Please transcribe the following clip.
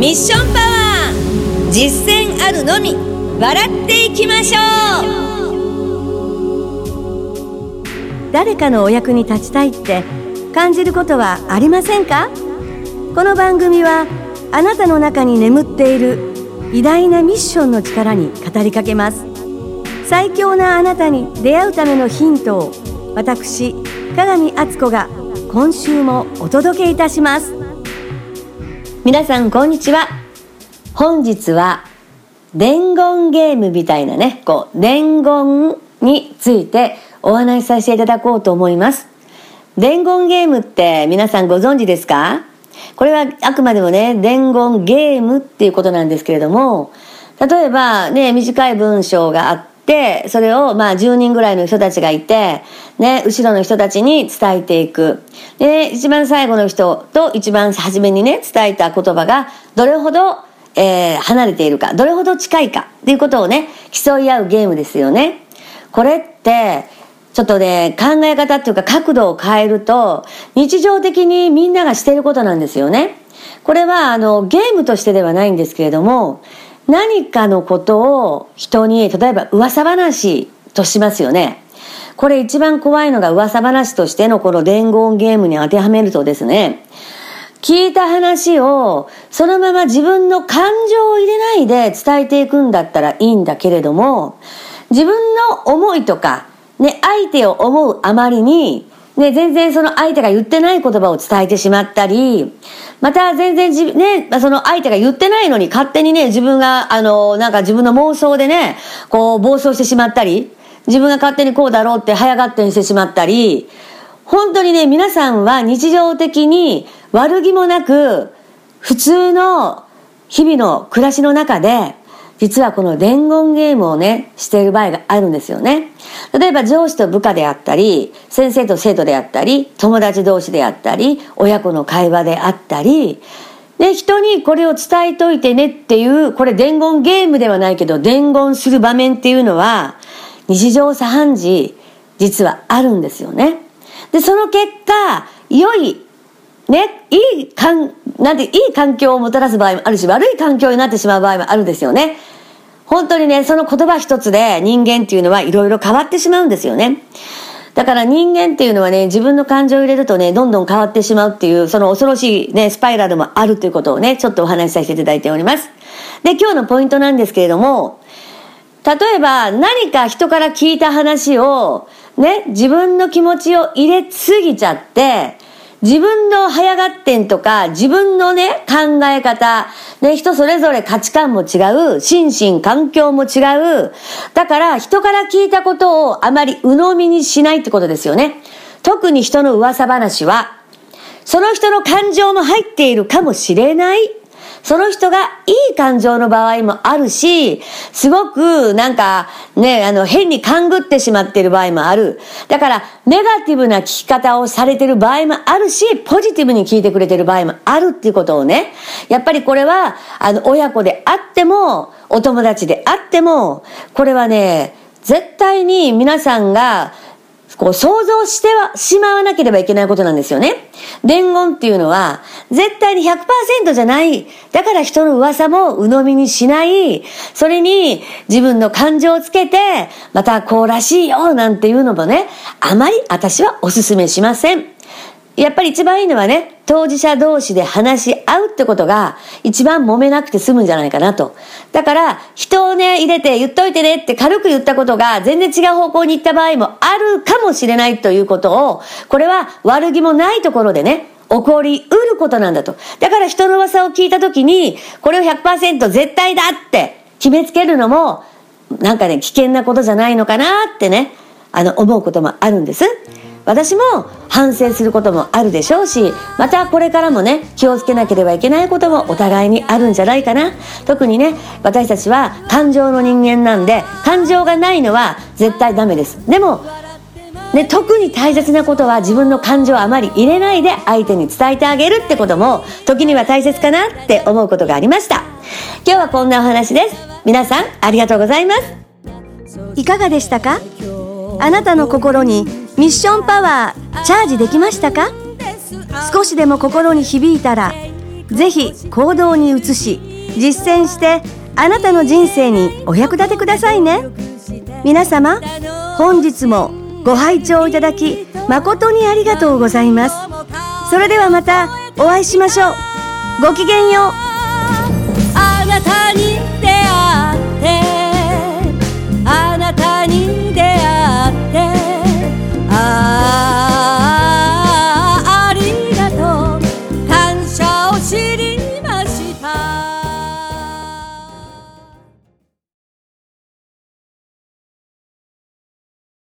ミッションパワー、実践あるのみ。笑っていきましょう。誰かのお役に立ちたいって感じることはありませんか？この番組はあなたの中に眠っている偉大なミッションの力に語りかけます。最強なあなたに出会うためのヒントを私、加賀美敦子が今週もお届けいたします。皆さんこんにちは。本日は伝言ゲームみたいなね、伝言についてお話しさせていただこうと思います。伝言ゲームって皆さんご存知ですか？これはあくまでもね、伝言ゲームっていうことなんですけれども、例えばね、短い文章があって、それを10人ぐらいの人たちがいて、ね、後ろの人たちに伝えていく。で、一番最後の人と一番初めにね、伝えた言葉がどれほど、離れているか、どれほど近いかっていうことをね、競い合うゲームですよね。これって、ちょっとね、考え方っていうか角度を変えると、日常的にみんながしていることなんですよね。これはゲームとしてではないんですけれども、何かのことを人に、例えば噂話としますよね。これ一番怖いのが噂話としてのこの伝言ゲームに当てはめるとですね、聞いた話をそのまま自分の感情を入れないで伝えていくんだったらいいんだけれども、自分の思いとか、ね、相手を思うあまりに、ね、全然その相手が言ってない言葉を伝えてしまったり、また全然その相手が言ってないのに勝手にね、自分がなんか自分の妄想でね、暴走してしまったり、自分が勝手にこうだろうって早がってにしてしまったり、本当にね、皆さんは日常的に悪気もなく普通の日々の暮らしの中で、実はこの伝言ゲームをね、している場合があるんですよね。例えば上司と部下であったり、先生と生徒であったり、友達同士であったり、親子の会話であったり、で、人にこれを伝えといてねっていう、これ伝言ゲームではないけど、伝言する場面っていうのは、日常茶飯事、実はあるんですよね。で、その結果、良い、ね、いい環境をもたらす場合もあるし、悪い環境になってしまう場合もあるんですよね。本当にね、その言葉一つで人間っていうのはいろいろ変わってしまうんですよね。だから人間っていうのはね、自分の感情を入れるとね、どんどん変わってしまうっていう、その恐ろしいね、スパイラルもあるということをね、ちょっとお話しさせていただいております。で、今日のポイントなんですけれども、例えば何か人から聞いた話をね、自分の気持ちを入れすぎちゃって、自分の早がってんとか、自分のね、考え方、ね、人それぞれ価値観も違う、心身環境も違う。だから人から聞いたことをあまり鵜呑みにしないってことですよね。特に人の噂話は、その人の感情も入っているかもしれない。その人がいい感情の場合もあるし、すごくなんかね、変に勘ぐってしまっている場合もある。だから、ネガティブな聞き方をされている場合もあるし、ポジティブに聞いてくれている場合もあるっていうことをね、やっぱりこれは、親子であっても、お友達であっても、これはね、絶対に皆さんが、想像してはしまわなければいけないことなんですよね。伝言っていうのは絶対に 100% じゃない。だから人の噂も鵜呑みにしない。それに自分の感情をつけて、またこうらしいよなんていうのもね、あまり私はお勧めしません。やっぱり一番いいのはね、当事者同士で話し合うってことが一番揉めなくて済むんじゃないかなと。だから人をね、入れて言っといてねって軽く言ったことが全然違う方向に行った場合もあるかもしれないということを、これは悪気もないところでね、起こりうることなんだと。だから人の噂を聞いたときに、これを 100% 絶対だって決めつけるのも、なんかね、危険なことじゃないのかなってね、思うこともあるんです。私も反省することもあるでしょうし、またこれからもね、気をつけなければいけないこともお互いにあるんじゃないかな。特にね、私たちは感情の人間なんで、感情がないのは絶対ダメです。でもね、特に大切なことは自分の感情をあまり入れないで相手に伝えてあげるってことも時には大切かなって思うことがありました。今日はこんなお話です。皆さんありがとうございます。 いかがでしたか？あなたの心にミッションパワーチャージできましたか？少しでも心に響いたらぜひ行動に移し実践してあなたの人生にお役立てくださいね。皆様、本日もご拝聴いただき誠にありがとうございます。それではまたお会いしましょう。ごきげんよう。